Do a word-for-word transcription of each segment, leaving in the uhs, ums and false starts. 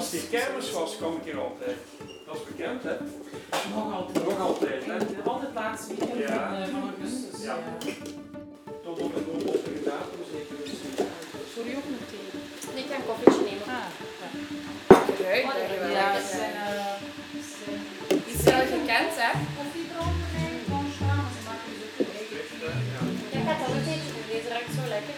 als die kermis was, kwam ik hier altijd. Dat is bekend, hè? Nog altijd. Nog altijd, hè? Altijd laatste weekend Ja. van, uh, van augustus. Ja. Ja. Tot op een onmogelijke datum, zeker. Voor u ook nog thee? Ik ga een koffietje nemen. Ah, ja. Ruik, Oh, ruik, ruik. ja, ze zijn, uh, ze zijn Die is wel gekend, hè? koffiebronnen eigenlijk van staan, maar ze maken dus ook hun eigen thee. Ja, ik ga het al een beetje doen. Deze ruikt zo lekker.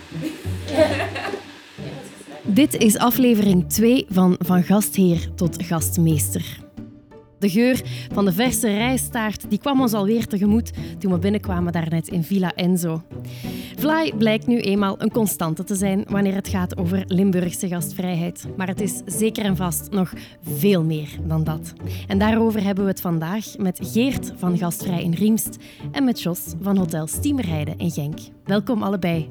Dit is aflevering twee van Van gastheer tot gastmeester. De geur van de verse rijstaart die kwam ons alweer tegemoet toen we binnenkwamen daarnet in Villa Enzo. Vlaai blijkt nu eenmaal een constante te zijn wanneer het gaat over Limburgse gastvrijheid. Maar het is zeker en vast nog veel meer dan dat. En daarover hebben we het vandaag met Geert van Gastvrij in Riemst en met Jos van Hotel Stiemerheide in Genk. Welkom allebei.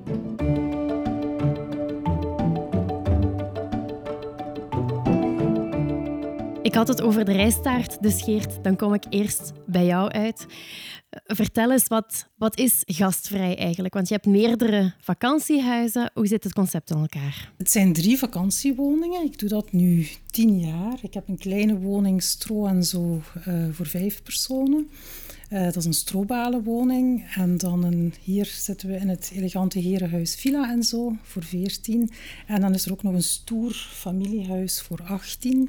Ik had het over de rijstaart, dus Geert, dan kom ik eerst bij jou uit. Vertel eens, wat, wat is gastvrij eigenlijk? Want je hebt meerdere vakantiehuizen. Hoe zit het concept in elkaar? Het zijn drie vakantiewoningen. Ik doe dat nu tien jaar. Ik heb een kleine woning, Stro en Zo, uh, voor vijf personen. Uh, dat is een strobalenwoning. En dan een, hier zitten we in het elegante herenhuis Villa en Zo voor veertien. En dan is er ook nog een stoer familiehuis voor achttien.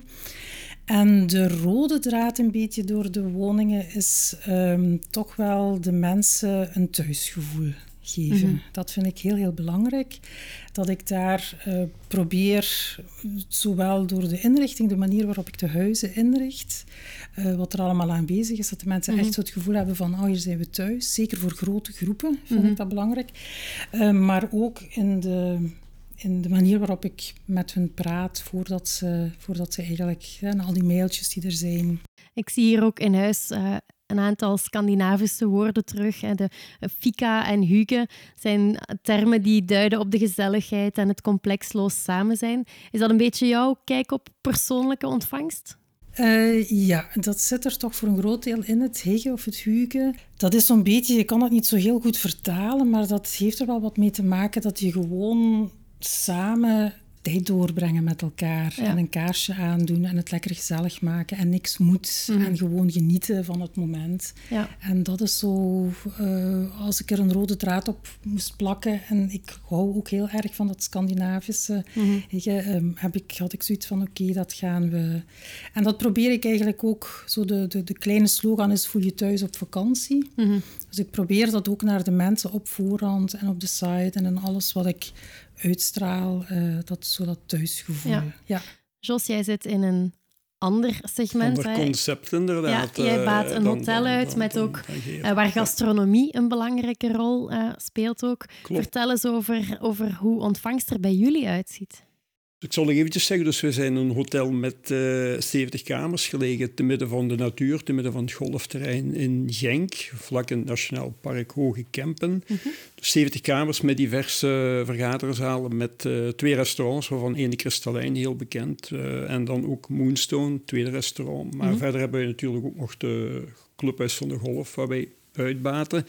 En de rode draad een beetje door de woningen is um, toch wel de mensen een thuisgevoel geven. Mm-hmm. Dat vind ik heel, heel belangrijk. Dat ik daar uh, probeer, zowel door de inrichting, de manier waarop ik de huizen inricht, uh, wat er allemaal aanwezig is, dat de mensen mm-hmm. echt zo het gevoel hebben van, oh, hier zijn we thuis. Zeker voor grote groepen vind mm-hmm. ik dat belangrijk. Uh, maar ook in de... in de manier waarop ik met hun praat voordat ze, voordat ze eigenlijk... Ja, en al die mailtjes die er zijn. Ik zie hier ook in huis uh, een aantal Scandinavische woorden terug. Hè. De uh, fika en hygge zijn termen die duiden op de gezelligheid en het complexloos samen zijn. Is dat een beetje jouw kijk op persoonlijke ontvangst? Uh, ja, dat zit er toch voor een groot deel in, het hygge of het hygge. Dat is zo'n beetje... Je kan dat niet zo heel goed vertalen, maar dat heeft er wel wat mee te maken dat je gewoon... samen tijd doorbrengen met elkaar ja. en een kaarsje aandoen en het lekker gezellig maken en niks moet mm-hmm. en gewoon genieten van het moment. Ja. En dat is zo, uh, als ik er een rode draad op moest plakken en ik hou ook heel erg van dat Scandinavische, mm-hmm. ik, um, heb ik, had ik zoiets van oké, okay, dat gaan we... En dat probeer ik eigenlijk ook, zo de, de, de kleine slogan is voel je thuis op vakantie. Mm-hmm. Dus ik probeer dat ook naar de mensen op voorhand en op de site en in alles wat ik uitstraal, uh, dat, zo dat thuisgevoel. Ja. Ja. Jos, jij zit in een ander segment. Ander concept, inderdaad. Ja, jij baat een dan, hotel uit, dan, met dan, ook, dan, uh, waar gastronomie een belangrijke rol uh, speelt ook. Klopt. Vertel eens over, over hoe ontvangst er bij jullie uitziet. Ik zal nog eventjes zeggen, dus we zijn een hotel met uh, zeventig kamers gelegen te midden van de natuur, te midden van het golfterrein in Genk, vlak in het Nationaal Park Hoge Kempen. Mm-hmm. Dus zeventig kamers met diverse vergaderzalen, met uh, twee restaurants, waarvan één Kristallijn, heel bekend, uh, en dan ook Moonstone, tweede restaurant. Maar mm-hmm. verder hebben we natuurlijk ook nog de Clubhuis van de Golf, waar wij uitbaten.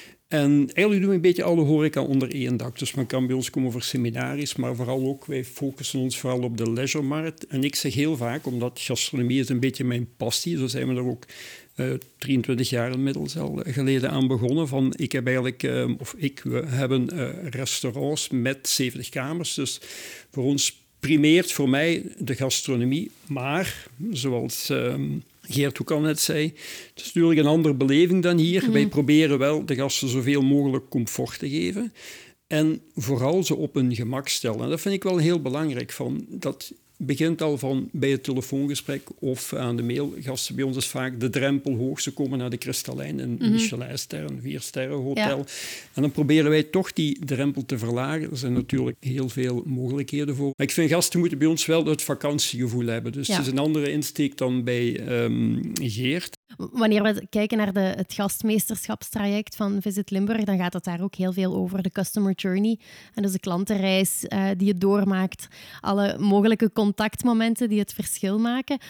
En eigenlijk doen we een beetje alle horeca onder één dak. Dus men kan bij ons komen voor seminaries, maar vooral ook, wij focussen ons vooral op de leisuremarkt. En ik zeg heel vaak, omdat gastronomie is een beetje mijn passie, zo zijn we er ook uh, drieëntwintig jaar inmiddels al geleden aan begonnen. Van, ik heb eigenlijk, uh, of ik, we hebben uh, restaurants met zeventig kamers. Dus voor ons primeert voor mij de gastronomie, maar zoals... Um, Geert ook al net zei, het is natuurlijk een andere beleving dan hier. Mm. Wij proberen wel de gasten zoveel mogelijk comfort te geven en vooral ze op hun gemak stellen. En dat vind ik wel heel belangrijk. Van, dat begint al van bij het telefoongesprek of aan de mail. Gasten bij ons is vaak de drempel hoog. Ze komen naar de Kristallijn, een mm-hmm. Michelin-ster, een vier-sterren hotel. Ja. En dan proberen wij toch die drempel te verlagen. Er zijn natuurlijk heel veel mogelijkheden voor. Maar ik vind gasten moeten bij ons wel het vakantiegevoel hebben. Dus ja. het is een andere insteek dan bij um, Geert. Wanneer we kijken naar de, het gastmeesterschapstraject van Visit Limburg, dan gaat het daar ook heel veel over de customer journey. En dus de klantenreis uh, die het doormaakt. Alle mogelijke contactmomenten die het verschil maken.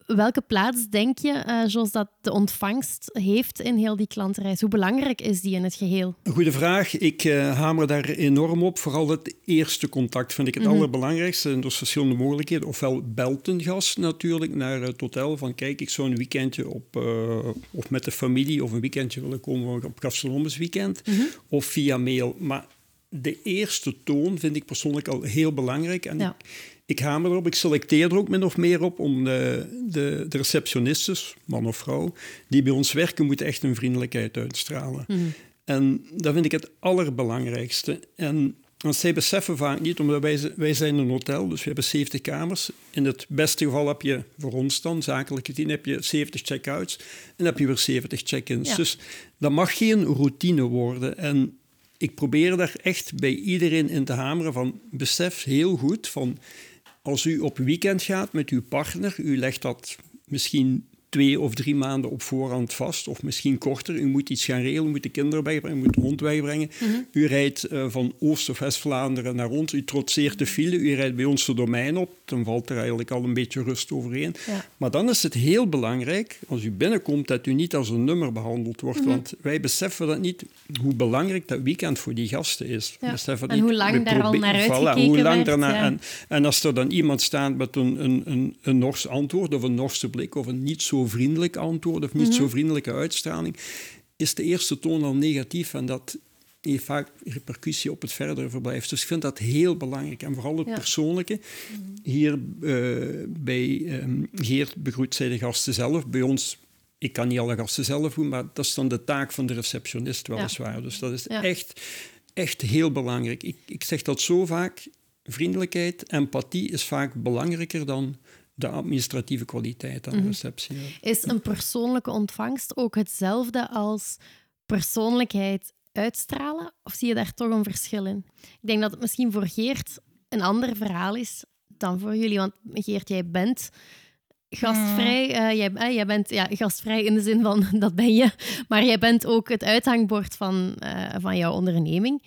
welke plaats denk je, uh, Jos, dat de ontvangst heeft in heel die klantreis? Hoe belangrijk is die in het geheel? Een goede vraag. Ik uh, hamer daar enorm op. Vooral het eerste contact vind ik het mm-hmm. allerbelangrijkste. En er zijn verschillende mogelijkheden. Ofwel belt een gast natuurlijk naar het hotel van kijk, ik zou een weekendje op, uh, of met de familie of een weekendje willen komen op gastronomisch weekend. Mm-hmm. Of via mail. Maar de eerste toon vind ik persoonlijk al heel belangrijk. En ja. ik, ik hamer erop, ik selecteer er ook min of meer op om de, de, de receptionistes, man of vrouw, die bij ons werken, moeten echt een vriendelijkheid uitstralen. Mm-hmm. En dat vind ik het allerbelangrijkste. En want zij beseffen vaak niet, omdat wij, wij zijn een hotel, dus we hebben zeventig kamers. In het beste geval heb je voor ons dan, zakelijk gezien, heb je zeventig check-outs en dan heb je weer zeventig check-ins. Ja. Dus dat mag geen routine worden. En ik probeer daar echt bij iedereen in te hameren van besef heel goed van als u op weekend gaat met uw partner, u legt dat misschien twee of drie maanden op voorhand vast, of misschien korter. U moet iets gaan regelen, u moet de kinderen bijbrengen, u moet de hond bijbrengen. Mm-hmm. U rijdt uh, van Oost- of West-Vlaanderen naar ons, u trotseert de file, u rijdt bij ons de domein op, dan valt er eigenlijk al een beetje rust overheen. Ja. Maar dan is het heel belangrijk, als u binnenkomt, dat u niet als een nummer behandeld wordt, mm-hmm. want wij beseffen dat niet, hoe belangrijk dat weekend voor die gasten is. Ja. Beseffen en niet, hoe lang daar al naar uitgekeken voilà, hoe lang werd. Daarna, Ja. en, en als er dan iemand staat met een, een, een, een Nors antwoord, of een Norse blik, of een niet zo vriendelijk antwoord of niet mm-hmm. zo vriendelijke uitstraling, is de eerste toon al negatief en dat heeft vaak repercussie op het verdere verblijf. Dus ik vind dat heel belangrijk. En vooral het ja. persoonlijke. Mm-hmm. Hier uh, bij um, Geert begroet zij de gasten zelf. Bij ons, ik kan niet alle gasten zelf doen, maar dat is dan de taak van de receptionist weliswaar. Ja. Dus dat is ja. echt, echt heel belangrijk. Ik, ik zeg dat zo vaak, vriendelijkheid, empathie is vaak belangrijker dan de administratieve kwaliteit aan de receptie. Ja. Is een persoonlijke ontvangst ook hetzelfde als persoonlijkheid uitstralen? Of zie je daar toch een verschil in? Ik denk dat het misschien voor Geert een ander verhaal is dan voor jullie. Want Geert, jij bent gastvrij. Uh, jij, uh, jij bent ja, gastvrij in de zin van, dat ben je. Maar jij bent ook het uithangbord van, uh, van jouw onderneming.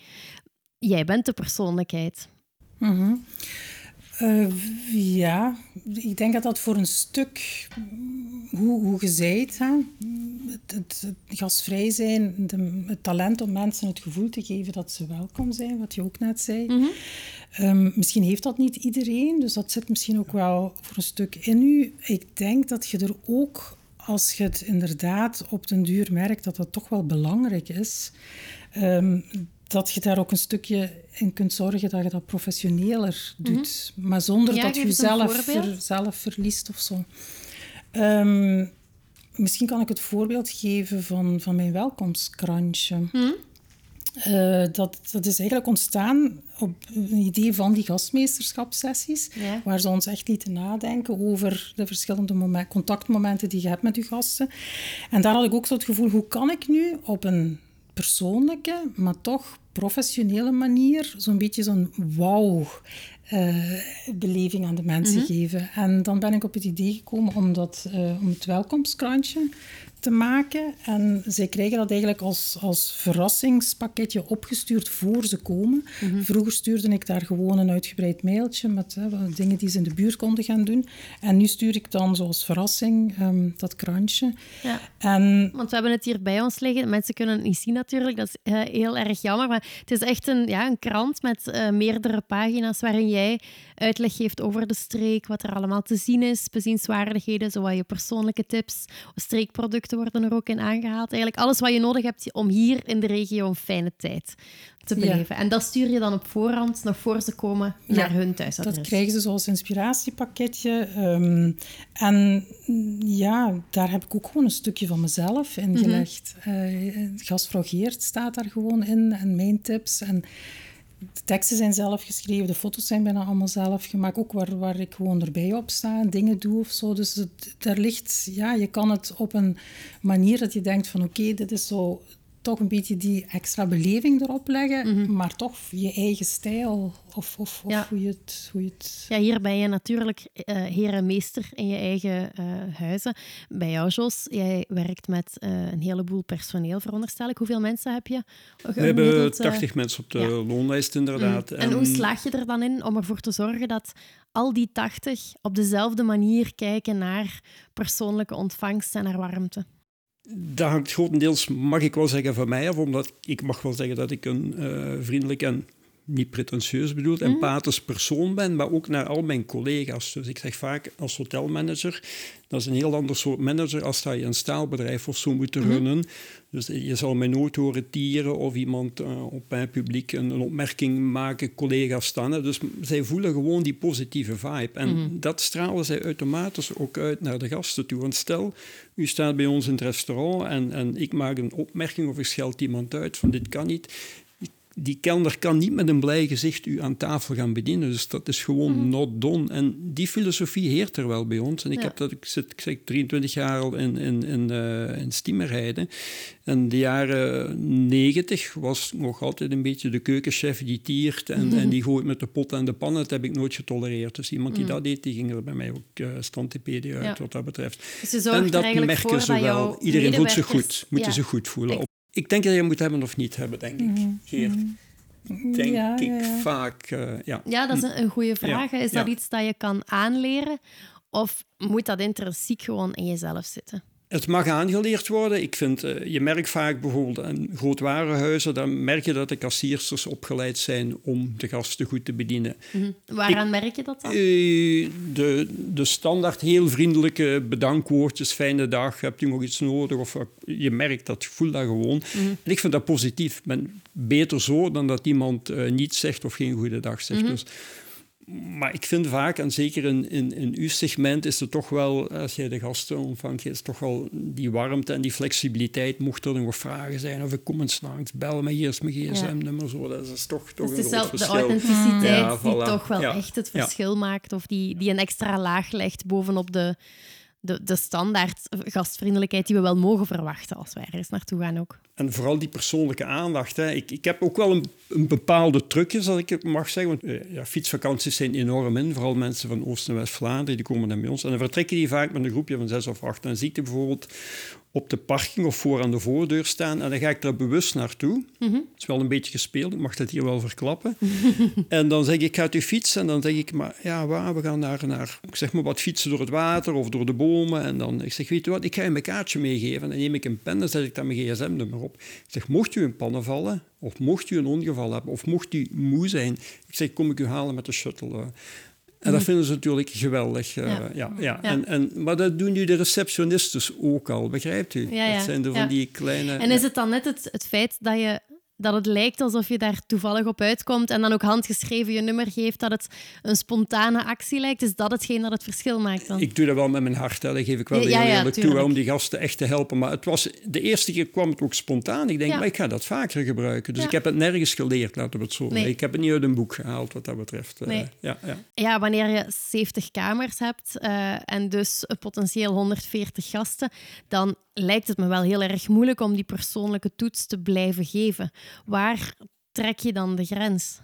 Jij bent de persoonlijkheid. Mm-hmm. Uh, ja, ik denk dat dat voor een stuk, hoe, hoe je zijt, hè? Het, het, het gastvrij zijn, de, het talent om mensen het gevoel te geven dat ze welkom zijn, wat je ook net zei. Mm-hmm. Um, misschien heeft dat niet iedereen, dus dat zit misschien ook wel voor een stuk in u. Ik denk dat je er ook, als je het inderdaad op den duur merkt dat dat toch wel belangrijk is, um, dat je daar ook een stukje in kunt zorgen dat je dat professioneler doet. Mm-hmm. Maar zonder ja, dat je jezelf ver, zelf verliest of zo. Um, misschien kan ik het voorbeeld geven van, van mijn welkomstkrantje. Mm-hmm. Uh, dat, dat is eigenlijk ontstaan op een idee van die gastmeesterschapssessies, ja. waar ze ons echt lieten nadenken over de verschillende moment, contactmomenten die je hebt met je gasten. En daar had ik ook zo het gevoel, hoe kan ik nu op een persoonlijke, maar toch professionele manier zo'n beetje zo'n wauw-beleving uh, aan de mensen mm-hmm. geven. En dan ben ik op het idee gekomen om, dat, uh, om het welkomstkrantje te maken. En zij krijgen dat eigenlijk als, als verrassingspakketje opgestuurd voor ze komen. Mm-hmm. Vroeger stuurde ik daar gewoon een uitgebreid mailtje met hè, dingen die ze in de buurt konden gaan doen. En nu stuur ik dan zoals verrassing um, dat krantje. Ja. En, want we hebben het hier bij ons liggen. Mensen kunnen het niet zien natuurlijk, dat is uh, heel erg jammer. Maar het is echt een, ja, een krant met uh, meerdere pagina's waarin jij uitleg geeft over de streek, wat er allemaal te zien is, bezienswaardigheden, zowel je persoonlijke tips, streekproducten worden er ook in aangehaald. Eigenlijk alles wat je nodig hebt om hier in de regio een fijne tijd te beleven. Ja. En dat stuur je dan op voorhand, nog voor ze komen, naar ja, hun thuisadres. Dat krijgen ze zoals inspiratiepakketje. Um, en ja, daar heb ik ook gewoon een stukje van mezelf in gelegd. Mm-hmm. Uh, gastvrouw Geert staat daar gewoon in en mijn tips. En de teksten zijn zelf geschreven, de foto's zijn bijna allemaal zelf gemaakt. Ook waar, waar ik gewoon erbij op sta en dingen doe of zo. Dus het, daar ligt, ja, je kan het op een manier dat je denkt van oké, okay, dit is zo toch een beetje die extra beleving erop leggen, Mhm. maar toch je eigen stijl of, of, of Ja. hoe, je het, hoe je het... Ja, hier ben je natuurlijk eh, heer en meester in je eigen eh, huizen. Bij jou, Jos, jij werkt met eh, een heleboel personeel, veronderstel ik. Hoeveel mensen heb je? We hebben gemiddeld, eh? tachtig mensen op de ja. loonlijst, inderdaad. Mm. En hoe slaag je er dan in om ervoor te zorgen dat al die tachtig op dezelfde manier kijken naar persoonlijke ontvangst en naar warmte? Dat hangt grotendeels, mag ik wel zeggen, van mij af, omdat ik mag wel zeggen dat ik een uh, vriendelijk en niet pretentieus bedoeld, Mm. empathisch persoon ben, maar ook naar al mijn collega's. Dus ik zeg vaak als hotelmanager, dat is een heel ander soort manager als dat je een staalbedrijf of zo moet runnen. Mm. Dus je zal mij nooit horen tieren of iemand uh, op mijn publiek een, een opmerking maken, collega's staan. Hè. Dus zij voelen gewoon die positieve vibe. En mm. dat stralen zij automatisch ook uit naar de gasten toe. Want stel, u staat bij ons in het restaurant en, en ik maak een opmerking of ik scheld iemand uit van dit kan niet. Die kelner kan niet met een blij gezicht u aan tafel gaan bedienen. Dus dat is gewoon mm. not done. En die filosofie heert er wel bij ons. En ik, ja. heb dat, ik zit ik zeg, drieëntwintig jaar al in, in, in, uh, in steamerrijden. En de jaren negentig was nog altijd een beetje de keukenchef die tiert en, mm. en die gooit met de pot en de pan. Dat heb ik nooit getolereerd. Dus iemand die mm. dat deed, die ging er bij mij ook uh, standtipedie uit, ja. wat dat betreft. Dus je zorgt en dat er eigenlijk merken voor ze dat wel. Iedereen voelt zich medewerkers... goed. Moeten ja. zich goed voelen. Ik... ik denk dat je moet hebben of niet hebben, denk ik. Mm. Geert. Denk ja, ik ja, ja. vaak, uh, ja. Ja, dat is een, een goede vraag. Ja, is dat ja. iets dat je kan aanleren? Of moet dat intrinsiek gewoon in jezelf zitten? Het mag aangeleerd worden. Ik vind, uh, je merkt vaak bijvoorbeeld in grootwarenhuizen, dan merk je dat de kassiersters opgeleid zijn om de gasten goed te bedienen. Mm-hmm. Waaraan ik, merk je dat dan? Uh, de, de standaard heel vriendelijke bedankwoordjes, fijne dag, hebt u nog iets nodig? Of, uh, je merkt dat, je voelt dat gewoon. Mm-hmm. En ik vind dat positief. Ik ben beter zo dan dat iemand uh, niets zegt of geen goede dag zegt. Mm-hmm. Dus, maar ik vind vaak, en zeker in, in, in uw segment, is het toch wel, als jij de gasten ontvangt, is toch wel die warmte en die flexibiliteit. Mocht er nog vragen zijn, of ik kom eens langs, bel me, hier is mijn gsm-nummer. Zo. Dat is toch, toch dus een het is groot de verschil. authenticiteit ja, die voilà. toch wel ja. echt het verschil ja. maakt, of die, die een extra laag legt bovenop de, de, de standaard gastvriendelijkheid die we wel mogen verwachten als wij ergens naartoe gaan ook. En vooral die persoonlijke aandacht. Hè. Ik, ik heb ook wel een, een bepaalde trucjes, als ik het mag zeggen. Want uh, ja, fietsvakanties zijn enorm in. Vooral mensen van Oost- en West-Vlaanderen, die komen dan bij ons. En dan vertrekken die vaak met een groepje van zes of acht. En dan zie ik die bijvoorbeeld op de parking of voor aan de voordeur staan. En dan ga ik daar bewust naartoe. Mm-hmm. Het is wel een beetje gespeeld, ik mag dat hier wel verklappen. En dan zeg ik, ik ga uit u fietsen. En dan zeg ik, maar ja, waar? We gaan naar, naar ik zeg maar wat fietsen door het water of door de bomen. En dan ik zeg, weet je wat, ik ga je mijn kaartje meegeven. En dan neem ik een pen en zet ik daar mijn gsm-nummer op. Ik zeg, mocht u in pannen vallen, of mocht u een ongeval hebben, of mocht u moe zijn, ik zeg, kom ik u halen met de shuttle. En dat vinden ze natuurlijk geweldig. Uh, ja. Ja, ja. Ja. En, en, maar dat doen nu de receptionistes ook al, begrijpt u? Ja, ja. Dat zijn er van ja. die kleine... En is het dan net het, het feit dat, je, dat het lijkt alsof je daar toevallig op uitkomt en dan ook handgeschreven je nummer geeft, dat het een spontane actie lijkt? Is dat hetgeen dat het verschil maakt dan? Ik doe dat wel met mijn hart, hè. Dat geef ik wel ja, heel ja, eerlijk tuurlijk. toe, om die gasten echt te helpen. Maar het was, de eerste keer kwam het ook spontaan. Ik denk, ja. maar ik ga dat vaker gebruiken. Dus ja. ik heb het nergens geleerd, laten we het zo zeggen. Nee. Ik heb het niet uit een boek gehaald, wat dat betreft. Nee. Uh, ja, ja. ja, wanneer je zeventig kamers hebt uh, en dus potentieel honderdveertig gasten, dan lijkt het me wel heel erg moeilijk om die persoonlijke toets te blijven geven. Waar trek je dan de grens?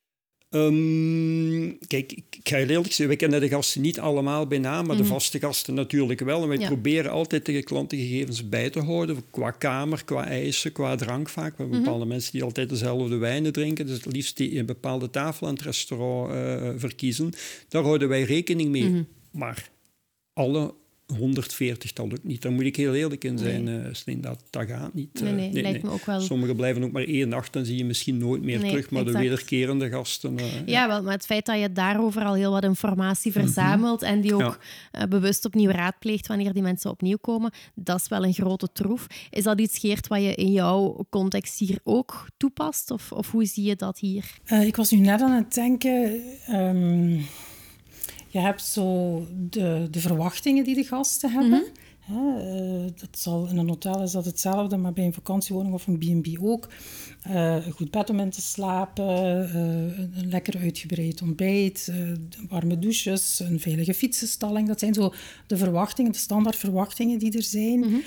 Um, kijk, ik ga heel eerlijk zeggen, wij kennen de gasten niet allemaal bij naam, maar mm-hmm. de vaste gasten natuurlijk wel. En wij ja. proberen altijd de klantengegevens bij te houden, qua kamer, qua eisen, qua drank vaak. We hebben mm-hmm. bepaalde mensen die altijd dezelfde wijnen drinken, dus het liefst die een bepaalde tafel aan het restaurant uh, verkiezen. Daar houden wij rekening mee. Mm-hmm. Maar alle honderdveertig tal ook niet. Daar moet ik heel eerlijk in zijn, nee. uh, Steen. Dat, dat gaat niet. Nee, nee, uh, nee, lijkt nee. me ook wel... Sommigen blijven ook maar één nacht, dan zie je misschien nooit meer nee, terug. Maar exact. de wederkerende gasten... Uh, ja, ja, wel, maar het feit dat je daarover al heel wat informatie verzamelt mm-hmm. en die ook ja. uh, bewust opnieuw raadpleegt wanneer die mensen opnieuw komen, dat is wel een grote troef. Is dat iets, Geert, wat je in jouw context hier ook toepast? Of, of hoe zie je dat hier? Uh, ik was nu net aan het denken... Um... Je hebt zo de, de verwachtingen die de gasten hebben. Mm-hmm. Hè, uh, dat zal, in een hotel is dat hetzelfde, maar bij een vakantiewoning of een B en B ook. Uh, een goed bed om in te slapen, uh, een lekker uitgebreid ontbijt, uh, warme douches, een veilige fietsenstalling. Dat zijn zo de verwachtingen, de standaardverwachtingen die er zijn. Mm-hmm.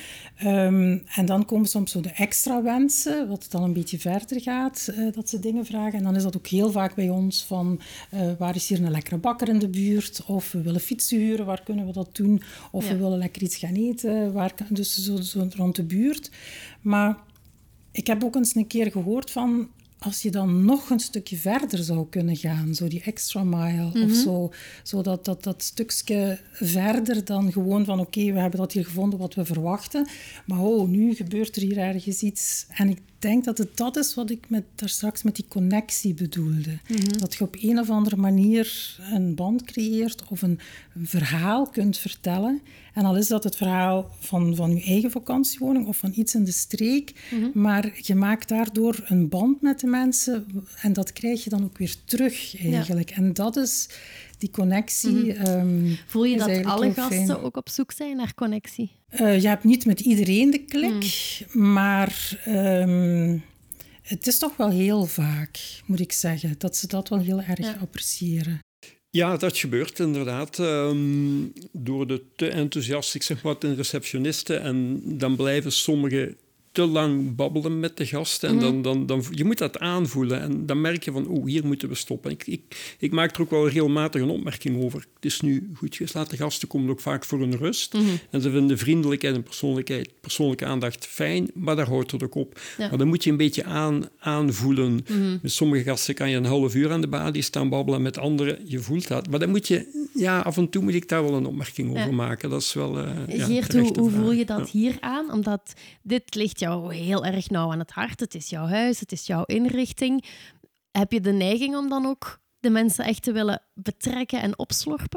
Um, en dan komen soms zo de extra wensen, wat dan een beetje verder gaat, uh, dat ze dingen vragen. En dan is dat ook heel vaak bij ons van, uh, waar is hier een lekkere bakker in de buurt? Of we willen fietsen huren, waar kunnen we dat doen? Of ja. we willen lekker iets gaan eten, waar, dus zo, zo rond de buurt. Maar ik heb ook eens een keer gehoord van, als je dan nog een stukje verder zou kunnen gaan, zo die extra mile, mm-hmm. of zo, zo dat, dat, dat stukje verder dan gewoon van, oké, okay, we hebben dat hier gevonden wat we verwachten, maar oh, nu gebeurt er hier ergens iets. En ik denk dat het dat is wat ik met, daar straks met die connectie bedoelde. Mm-hmm. Dat je op een of andere manier een band creëert of een, een verhaal kunt vertellen. En al is dat het verhaal van, van je eigen vakantiewoning of van iets in de streek, mm-hmm. maar je maakt daardoor een band met de mensen en dat krijg je dan ook weer terug eigenlijk. Ja. En dat is die connectie. Mm-hmm. Um, Voel je dat alle gasten fijn. Ook op zoek zijn naar connectie? Uh, je hebt niet met iedereen de klik, mm. maar um, het is toch wel heel vaak, moet ik zeggen, dat ze dat wel heel erg ja. appreciëren. Ja, dat gebeurt inderdaad. Um, door de te enthousiast, ik zeg wat, een receptioniste. En dan blijven sommigen te lang babbelen met de gasten. En dan, dan, dan, je moet dat aanvoelen. En dan merk je van, oh, hier moeten we stoppen. Ik, ik, ik maak er ook wel regelmatig een opmerking over. Het is nu goed geslaat. De gasten komen ook vaak voor hun rust. Mm-hmm. En ze vinden vriendelijkheid en persoonlijkheid, persoonlijke aandacht fijn. Maar daar houdt het ook op. Ja. Maar dan moet je een beetje aan, aanvoelen. Mm-hmm. Met sommige gasten kan je een half uur aan de balie staan babbelen. Met anderen, je voelt dat. Maar dan moet je, ja, af en toe moet ik daar wel een opmerking over ja. maken. Dat is wel uh, ja, Geert, hoe, hoe voel je dat ja. hier aan? Omdat dit ligt jou heel erg nauw aan het hart. Het is jouw huis, het is jouw inrichting. Heb je de neiging om dan ook de mensen echt te willen betrekken en opslorpen?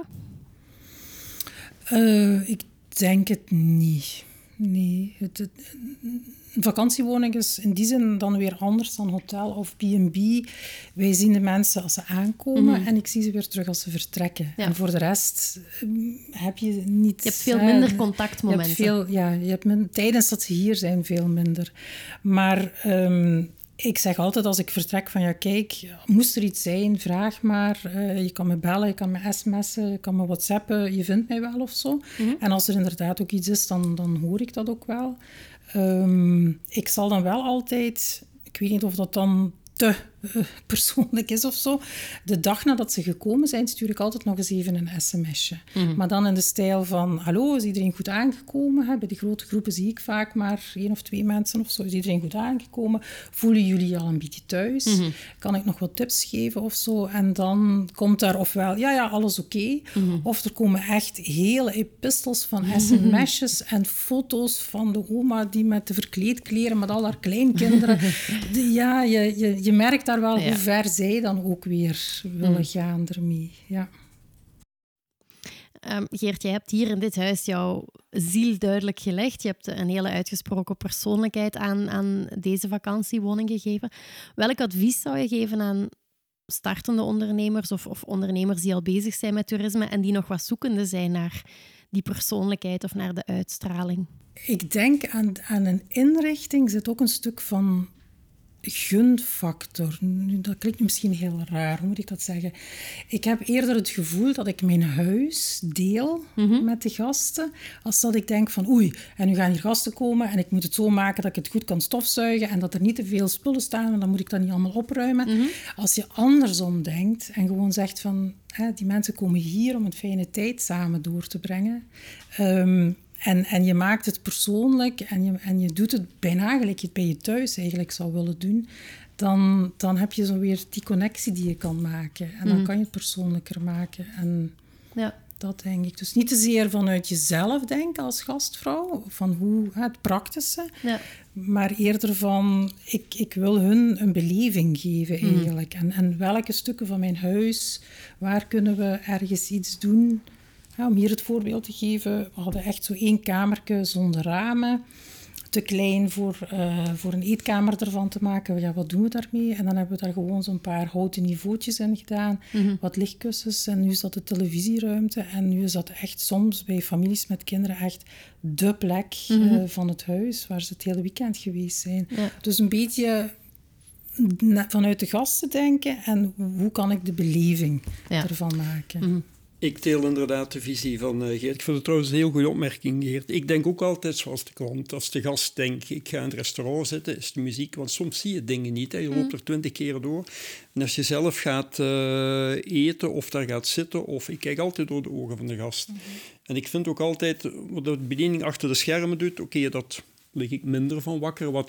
Uh, ik denk het niet. Nee. Het, het, een vakantiewoning is in die zin dan weer anders dan hotel of B en B. Wij zien de mensen als ze aankomen mm-hmm. en ik zie ze weer terug als ze vertrekken. Ja. En voor de rest um, heb je niet... Je hebt veel minder uh, contactmomenten. Je hebt veel, ja, je hebt min, tijdens dat ze hier zijn veel minder. Maar um, ik zeg altijd als ik vertrek van ja, kijk, moest er iets zijn, vraag maar. Uh, je kan me bellen, je kan me sms'en, je kan me whatsappen, je vindt mij wel of zo. Mm-hmm. En als er inderdaad ook iets is, dan, dan hoor ik dat ook wel. Um, ik zal dan wel altijd, ik weet niet of dat dan te uh, persoonlijk is of zo, de dag nadat ze gekomen zijn, stuur ik altijd nog eens even een sms'je. Mm-hmm. Maar dan in de stijl van, hallo, is iedereen goed aangekomen? Hè? Bij de grote groepen zie ik vaak maar één of twee mensen of zo. Is iedereen goed aangekomen? Voelen jullie al een beetje thuis? Mm-hmm. Kan ik nog wat tips geven of zo? En dan komt daar ofwel, ja, ja, alles oké. Okay. Mm-hmm. Of er komen echt hele epistels van sms'jes en foto's van de oma die met de verkleedkleren, met al haar kleinkinderen. de, ja, je, je, je merkt daar wel ja. hoe ver zij dan ook weer willen mm. gaan ermee. Ja. Um, Geert, jij hebt hier in dit huis jouw ziel duidelijk gelegd. Je hebt een hele uitgesproken persoonlijkheid aan, aan deze vakantiewoning gegeven. Welk advies zou je geven aan startende ondernemers of, of ondernemers die al bezig zijn met toerisme en die nog wat zoekende zijn naar die persoonlijkheid of naar de uitstraling? Ik denk aan, aan een inrichting zit ook een stuk van gunfactor. Nu, dat klinkt misschien heel raar, hoe moet ik dat zeggen? Ik heb eerder het gevoel dat ik mijn huis deel mm-hmm. met de gasten, als dat ik denk van oei, en nu gaan hier gasten komen en ik moet het zo maken dat ik het goed kan stofzuigen en dat er niet te veel spullen staan en dan moet ik dat niet allemaal opruimen. Mm-hmm. Als je andersom denkt en gewoon zegt van hè, die mensen komen hier om een fijne tijd samen door te brengen. Um, En, en je maakt het persoonlijk en je, en je doet het bijna gelijk je het bij je thuis eigenlijk zou willen doen, dan, dan heb je zo weer die connectie die je kan maken. En dan mm. kan je het persoonlijker maken. En ja. dat denk ik. Dus niet te zeer vanuit jezelf denken als gastvrouw, van hoe het praktische, ja. maar eerder van, ik, ik wil hun een beleving geven eigenlijk. Mm. En, en welke stukken van mijn huis, waar kunnen we ergens iets doen? Ja, om hier het voorbeeld te geven, we hadden echt zo één kamertje zonder ramen. te klein voor, uh, voor een eetkamer ervan te maken. Ja, wat doen we daarmee? En dan hebben we daar gewoon zo'n paar houten niveautjes in gedaan, mm-hmm. wat lichtkussens. En nu is dat de televisieruimte. En nu is dat echt soms bij families met kinderen echt de plek mm-hmm. uh, van het huis, waar ze het hele weekend geweest zijn. Ja. Dus een beetje vanuit de gasten denken en hoe kan ik de beleving ja. ervan maken. Mm-hmm. Ik deel inderdaad de visie van uh, Geert. Ik vind het trouwens een heel goede opmerking, Geert. Ik denk ook altijd zoals de klant. Als de gast denkt, ik ga in het restaurant zitten, is de muziek... Want soms zie je dingen niet. Hè. Je loopt er twintig keer door. En als je zelf gaat uh, eten of daar gaat zitten... of ik kijk altijd door de ogen van de gast. Mm-hmm. En ik vind ook altijd, wat de bediening achter de schermen doet... Oké, okay, dat lig ik minder van wakker, wat...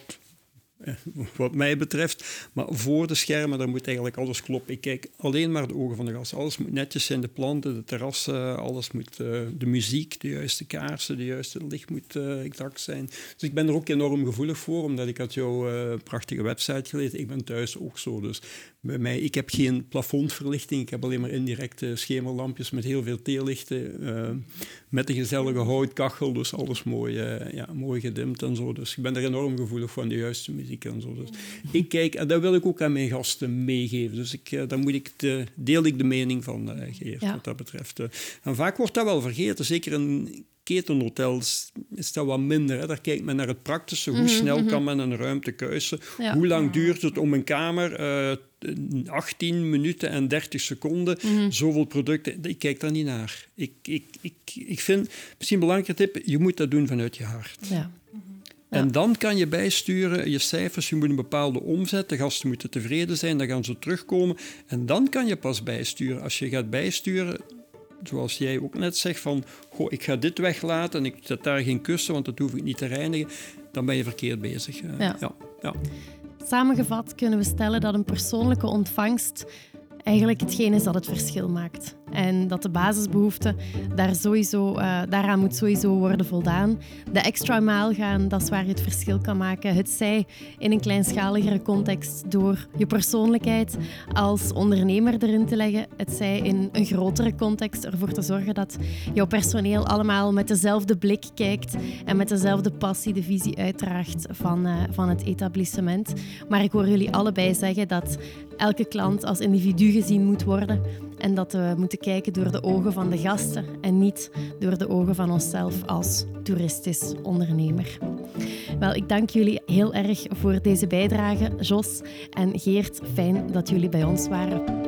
wat mij betreft. Maar voor de schermen, daar moet eigenlijk alles kloppen. Ik kijk alleen maar de ogen van de gast. Alles moet netjes zijn, de planten, de terrassen, alles moet, uh, de muziek, de juiste kaarsen, de juiste licht moet uh, exact zijn. Dus ik ben er ook enorm gevoelig voor, omdat ik had jouw uh, prachtige website gelezen. Ik ben thuis ook zo, dus bij mij, ik heb geen plafondverlichting, ik heb alleen maar indirecte schemerlampjes met heel veel theelichten, uh, met een gezellige houtkachel, dus alles mooi, uh, ja, mooi gedimd en zo. Dus ik ben er enorm gevoelig voor, de juiste muziek en zo. Dus ik kijk, en dat wil ik ook aan mijn gasten meegeven. Dus ik, uh, dan moet ik de, deel ik de mening van uh, Geert, ja. wat dat betreft. Uh, en vaak wordt dat wel vergeten, zeker in ketenhotels is dat wat minder. Hè. Daar kijkt men naar het praktische. Hoe mm-hmm. snel kan men een ruimte kuisen? Ja. Hoe lang duurt het om een kamer... Uh, achttien minuten en dertig seconden, mm-hmm. zoveel producten. Ik kijk daar niet naar. Ik, ik, ik, ik vind, misschien een belangrijke tip, je moet dat doen vanuit je hart. Ja. En ja. dan kan je bijsturen, je cijfers, je moet een bepaalde omzet, de gasten moeten tevreden zijn, dan gaan ze terugkomen. En dan kan je pas bijsturen. Als je gaat bijsturen, zoals jij ook net zegt, van, goh, ik ga dit weglaten en ik zet daar geen kussen, want dat hoef ik niet te reinigen, dan ben je verkeerd bezig. Ja. Ja. Ja. Samengevat kunnen we stellen dat een persoonlijke ontvangst eigenlijk hetgeen is dat het verschil maakt. En dat de basisbehoeften, daar sowieso, uh, daaraan moet sowieso worden voldaan. De extra maal gaan, dat is waar je het verschil kan maken. Het zij in een kleinschaligere context door je persoonlijkheid als ondernemer erin te leggen. Het zij in een grotere context ervoor te zorgen dat jouw personeel allemaal met dezelfde blik kijkt en met dezelfde passie de visie uitdraagt van, uh, van het etablissement. Maar ik hoor jullie allebei zeggen dat elke klant als individu gezien moet worden en dat we moeten kijken door de ogen van de gasten en niet door de ogen van onszelf als toeristisch ondernemer. Wel, ik dank jullie heel erg voor deze bijdrage, Jos en Geert. Fijn dat jullie bij ons waren.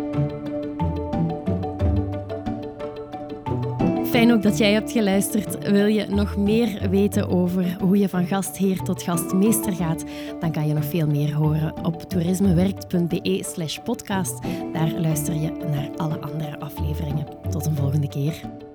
Fijn ook dat jij hebt geluisterd. Wil je nog meer weten over hoe je van gastheer tot gastmeester gaat? Dan kan je nog veel meer horen op toerismewerkt.be slash podcast. Daar luister je naar alle andere afleveringen. Tot een volgende keer.